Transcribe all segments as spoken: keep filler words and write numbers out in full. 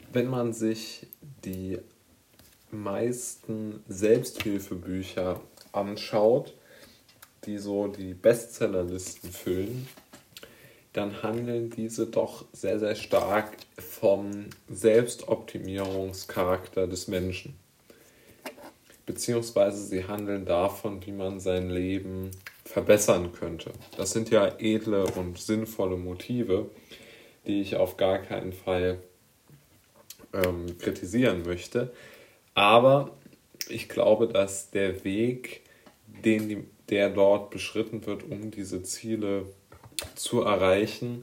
Wenn man sich die meisten Selbsthilfebücher anschaut, die so die Bestsellerlisten füllen, dann handeln diese doch sehr, sehr stark vom Selbstoptimierungscharakter des Menschen. Beziehungsweise sie handeln davon, wie man sein Leben verbessern könnte. Das sind ja edle und sinnvolle Motive, die ich auf gar keinen Fall ähm, kritisieren möchte. Aber ich glaube, dass der Weg, den die, der dort beschritten wird, um diese Ziele zu erreichen,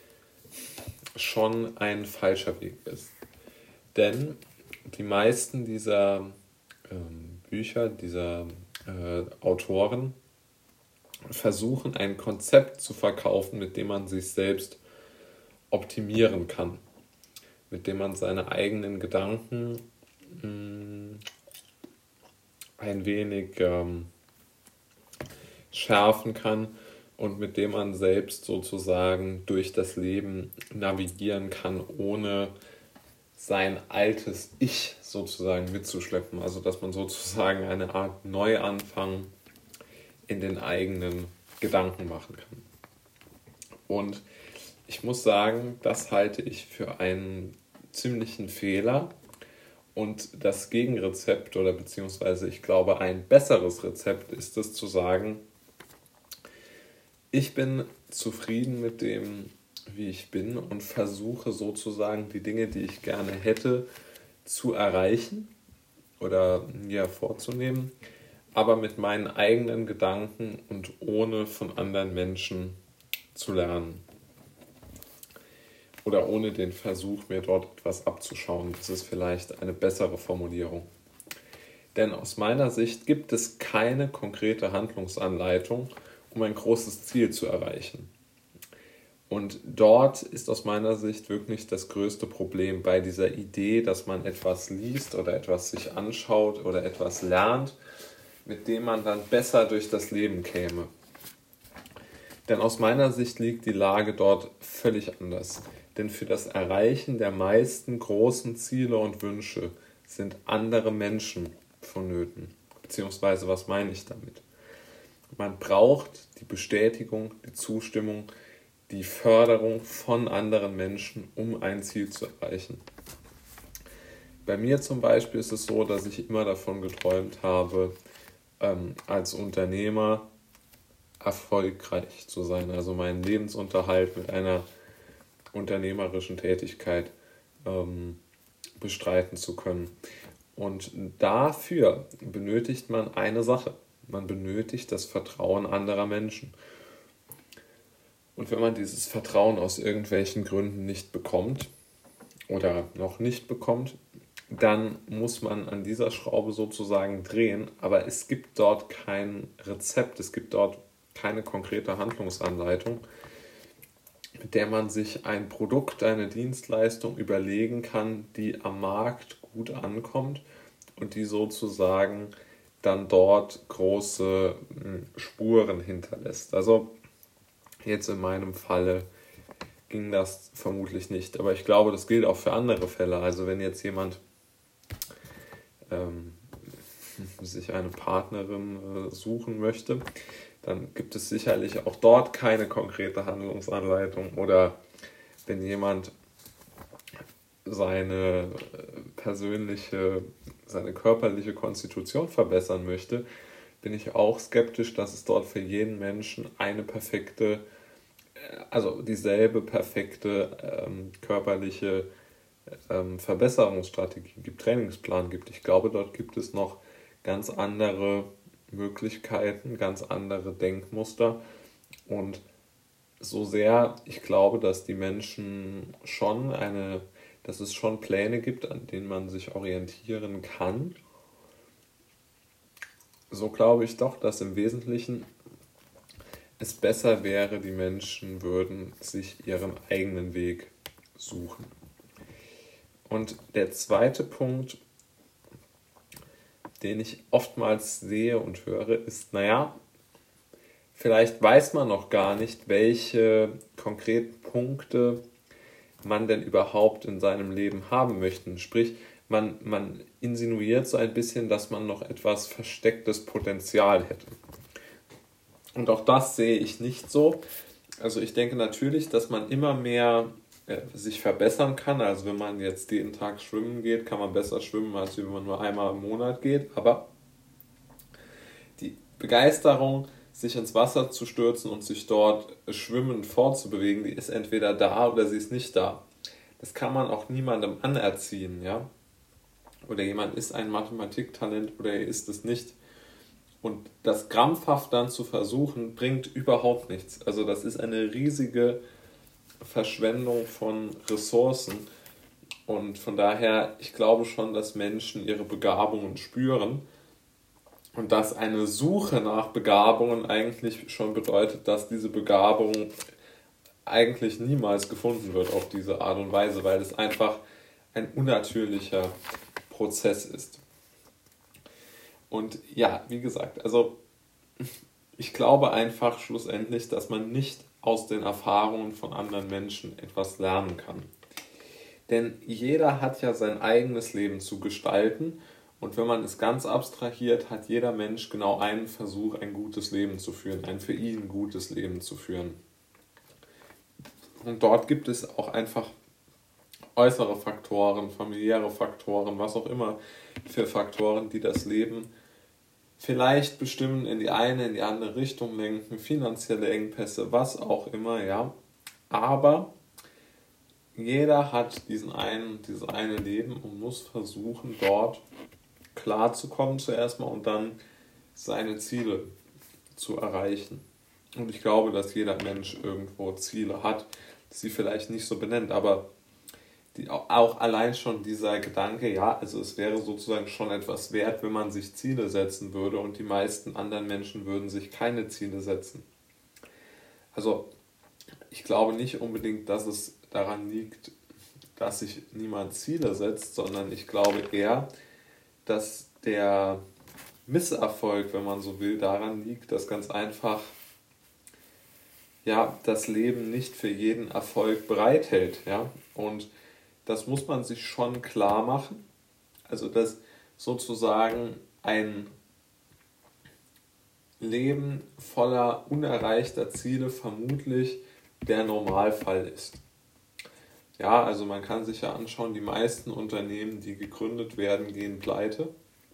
schon ein falscher Weg ist. Denn die meisten dieser ähm, Bücher, dieser äh, Autoren versuchen, ein Konzept zu verkaufen, mit dem man sich selbst optimieren kann, mit dem man seine eigenen Gedanken mh, ein wenig ähm, schärfen kann und mit dem man selbst sozusagen durch das Leben navigieren kann, ohne sein altes Ich sozusagen mitzuschleppen. Also dass man sozusagen eine Art Neuanfang in den eigenen Gedanken machen kann. Und ich muss sagen, das halte ich für einen ziemlichen Fehler. Und das Gegenrezept oder beziehungsweise ich glaube ein besseres Rezept ist es zu sagen, ich bin zufrieden mit dem, wie ich bin und versuche sozusagen die Dinge, die ich gerne hätte, zu erreichen oder mir vorzunehmen, aber mit meinen eigenen Gedanken und ohne von anderen Menschen zu lernen. Oder ohne den Versuch, mir dort etwas abzuschauen. Das ist vielleicht eine bessere Formulierung. Denn aus meiner Sicht gibt es keine konkrete Handlungsanleitung, um ein großes Ziel zu erreichen. Und dort ist aus meiner Sicht wirklich das größte Problem bei dieser Idee, dass man etwas liest oder etwas sich anschaut oder etwas lernt, mit dem man dann besser durch das Leben käme. Denn aus meiner Sicht liegt die Lage dort völlig anders. Denn für das Erreichen der meisten großen Ziele und Wünsche sind andere Menschen vonnöten. Beziehungsweise, was meine ich damit? Man braucht die Bestätigung, die Zustimmung, die Förderung von anderen Menschen, um ein Ziel zu erreichen. Bei mir zum Beispiel ist es so, dass ich immer davon geträumt habe, ähm, als Unternehmer erfolgreich zu sein, also meinen Lebensunterhalt mit einer unternehmerischen Tätigkeit ähm, bestreiten zu können. Und dafür benötigt man eine Sache. Man benötigt das Vertrauen anderer Menschen. Und wenn man dieses Vertrauen aus irgendwelchen Gründen nicht bekommt oder noch nicht bekommt, dann muss man an dieser Schraube sozusagen drehen, aber es gibt dort kein Rezept, es gibt dort keine konkrete Handlungsanleitung, mit der man sich ein Produkt, eine Dienstleistung überlegen kann, die am Markt gut ankommt und die sozusagen dann dort große Spuren hinterlässt. Also jetzt in meinem Falle ging das vermutlich nicht, aber ich glaube, das gilt auch für andere Fälle. Also wenn jetzt jemand ähm, sich eine Partnerin äh, suchen möchte, dann gibt es sicherlich auch dort keine konkrete Handlungsanleitung. Oder wenn jemand seine persönliche, seine körperliche Konstitution verbessern möchte, bin ich auch skeptisch, dass es dort für jeden Menschen eine perfekte, also dieselbe perfekte ähm, körperliche ähm, Verbesserungsstrategie gibt, Trainingsplan gibt. Ich glaube, dort gibt es noch ganz andere Möglichkeiten, ganz andere Denkmuster und so sehr ich glaube, dass die Menschen schon eine, dass es schon Pläne gibt, an denen man sich orientieren kann, so glaube ich doch, dass im Wesentlichen es besser wäre, die Menschen würden sich ihren eigenen Weg suchen. Und der zweite Punkt, den ich oftmals sehe und höre, ist, naja, vielleicht weiß man noch gar nicht, welche konkreten Punkte man denn überhaupt in seinem Leben haben möchte. Sprich, man, man insinuiert so ein bisschen, dass man noch etwas verstecktes Potenzial hätte. Und auch das sehe ich nicht so. Also ich denke natürlich, dass man immer mehr äh, sich verbessern kann. Also wenn man jetzt jeden Tag schwimmen geht, kann man besser schwimmen, als wenn man nur einmal im Monat geht. Aber die Begeisterung, sich ins Wasser zu stürzen und sich dort schwimmend fortzubewegen, die ist entweder da oder sie ist nicht da. Das kann man auch niemandem anerziehen, ja. Oder jemand ist ein Mathematiktalent oder er ist es nicht. Und das krampfhaft dann zu versuchen, bringt überhaupt nichts. Also das ist eine riesige Verschwendung von Ressourcen. Und von daher, ich glaube schon, dass Menschen ihre Begabungen spüren. Und dass eine Suche nach Begabungen eigentlich schon bedeutet, dass diese Begabung eigentlich niemals gefunden wird auf diese Art und Weise, weil es einfach ein unnatürlicher Prozess ist. Und ja, wie gesagt, also ich glaube einfach schlussendlich, dass man nicht aus den Erfahrungen von anderen Menschen etwas lernen kann. Denn jeder hat ja sein eigenes Leben zu gestalten. Und wenn man es ganz abstrahiert, hat jeder Mensch genau einen Versuch, ein gutes Leben zu führen, ein für ihn gutes Leben zu führen. Und dort gibt es auch einfach äußere Faktoren, familiäre Faktoren, was auch immer für Faktoren, die das Leben vielleicht bestimmen, in die eine, in die andere Richtung lenken, finanzielle Engpässe, was auch immer, ja. Aber jeder hat diesen einen, dieses eine Leben und muss versuchen, dort klarzukommen zuerst mal und dann seine Ziele zu erreichen. Und ich glaube, dass jeder Mensch irgendwo Ziele hat, die sie vielleicht nicht so benennt, aber die, auch allein schon dieser Gedanke, ja, also es wäre sozusagen schon etwas wert, wenn man sich Ziele setzen würde und die meisten anderen Menschen würden sich keine Ziele setzen. Also ich glaube nicht unbedingt, dass es daran liegt, dass sich niemand Ziele setzt, sondern ich glaube eher, dass der Misserfolg, wenn man so will, daran liegt, dass ganz einfach ja, das Leben nicht für jeden Erfolg bereithält. Ja? Und das muss man sich schon klar machen. Also dass sozusagen ein Leben voller unerreichter Ziele vermutlich der Normalfall ist. Ja, also man kann sich ja anschauen, die meisten Unternehmen, die gegründet werden, gehen pleite.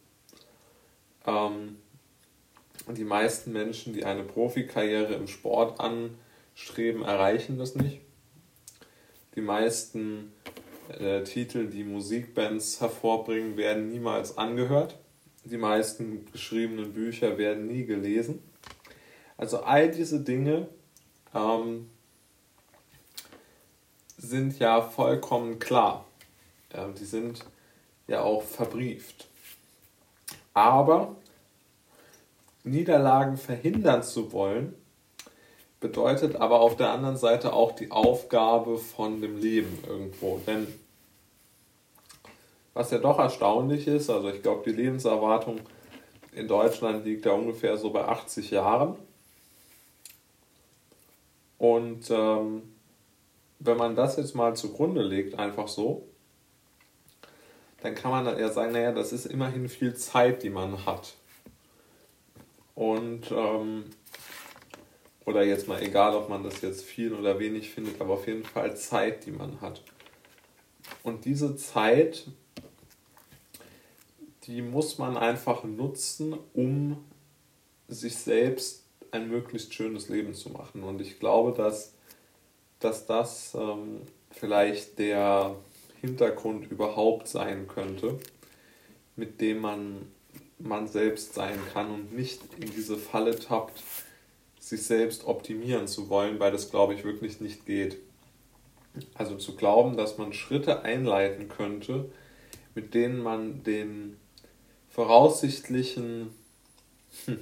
Ähm, die meisten Menschen, die eine Profikarriere im Sport anstreben, erreichen das nicht. Die meisten äh, Titel, die Musikbands hervorbringen, werden niemals angehört. Die meisten geschriebenen Bücher werden nie gelesen. Also all diese Dinge ähm, sind ja vollkommen klar. Ja, die sind ja auch verbrieft. Aber Niederlagen verhindern zu wollen, bedeutet aber auf der anderen Seite auch die Aufgabe von dem Leben irgendwo. Denn was ja doch erstaunlich ist, also ich glaube, die Lebenserwartung in Deutschland liegt ja ungefähr so bei achtzig Jahren. Und ähm, wenn man das jetzt mal zugrunde legt, einfach so, dann kann man ja sagen, naja, das ist immerhin viel Zeit, die man hat. Und, ähm, oder jetzt mal egal, ob man das jetzt viel oder wenig findet, aber auf jeden Fall Zeit, die man hat. Und diese Zeit, die muss man einfach nutzen, um sich selbst ein möglichst schönes Leben zu machen. Und ich glaube, dass, dass das ähm, vielleicht der Hintergrund überhaupt sein könnte, mit dem man, man selbst sein kann und nicht in diese Falle tappt, sich selbst optimieren zu wollen, weil das, glaube ich, wirklich nicht geht. Also zu glauben, dass man Schritte einleiten könnte, mit denen man den voraussichtlichen hm,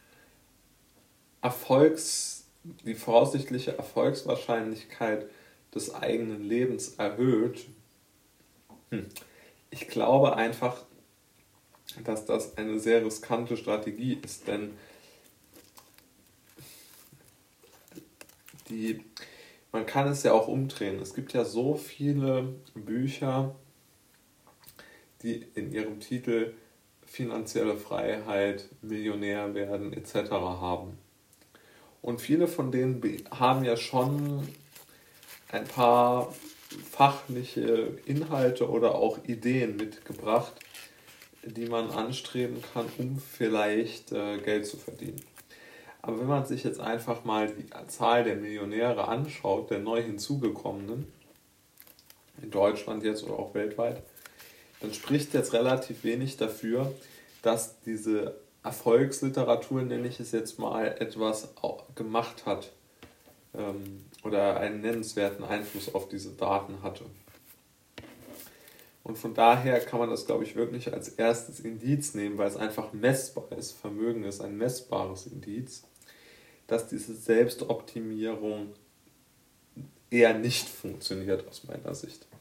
Erfolgs, die voraussichtliche Erfolgswahrscheinlichkeit des eigenen Lebens erhöht. Hm. Ich glaube einfach, dass das eine sehr riskante Strategie ist, denn die, man kann es ja auch umdrehen. Es gibt ja so viele Bücher, die in ihrem Titel finanzielle Freiheit, Millionär werden et cetera haben. Und viele von denen haben ja schon ein paar fachliche Inhalte oder auch Ideen mitgebracht, die man anstreben kann, um vielleicht äh, Geld zu verdienen. Aber wenn man sich jetzt einfach mal die Zahl der Millionäre anschaut, der neu hinzugekommenen, in Deutschland jetzt oder auch weltweit, dann spricht jetzt relativ wenig dafür, dass diese Erfolgsliteratur, nenne ich es jetzt mal, etwas gemacht hat ähm, oder einen nennenswerten Einfluss auf diese Daten hatte. Und von daher kann man das, glaube ich, wirklich als erstes Indiz nehmen, weil es einfach messbar ist. Vermögen ist ein messbares Indiz, dass diese Selbstoptimierung eher nicht funktioniert aus meiner Sicht.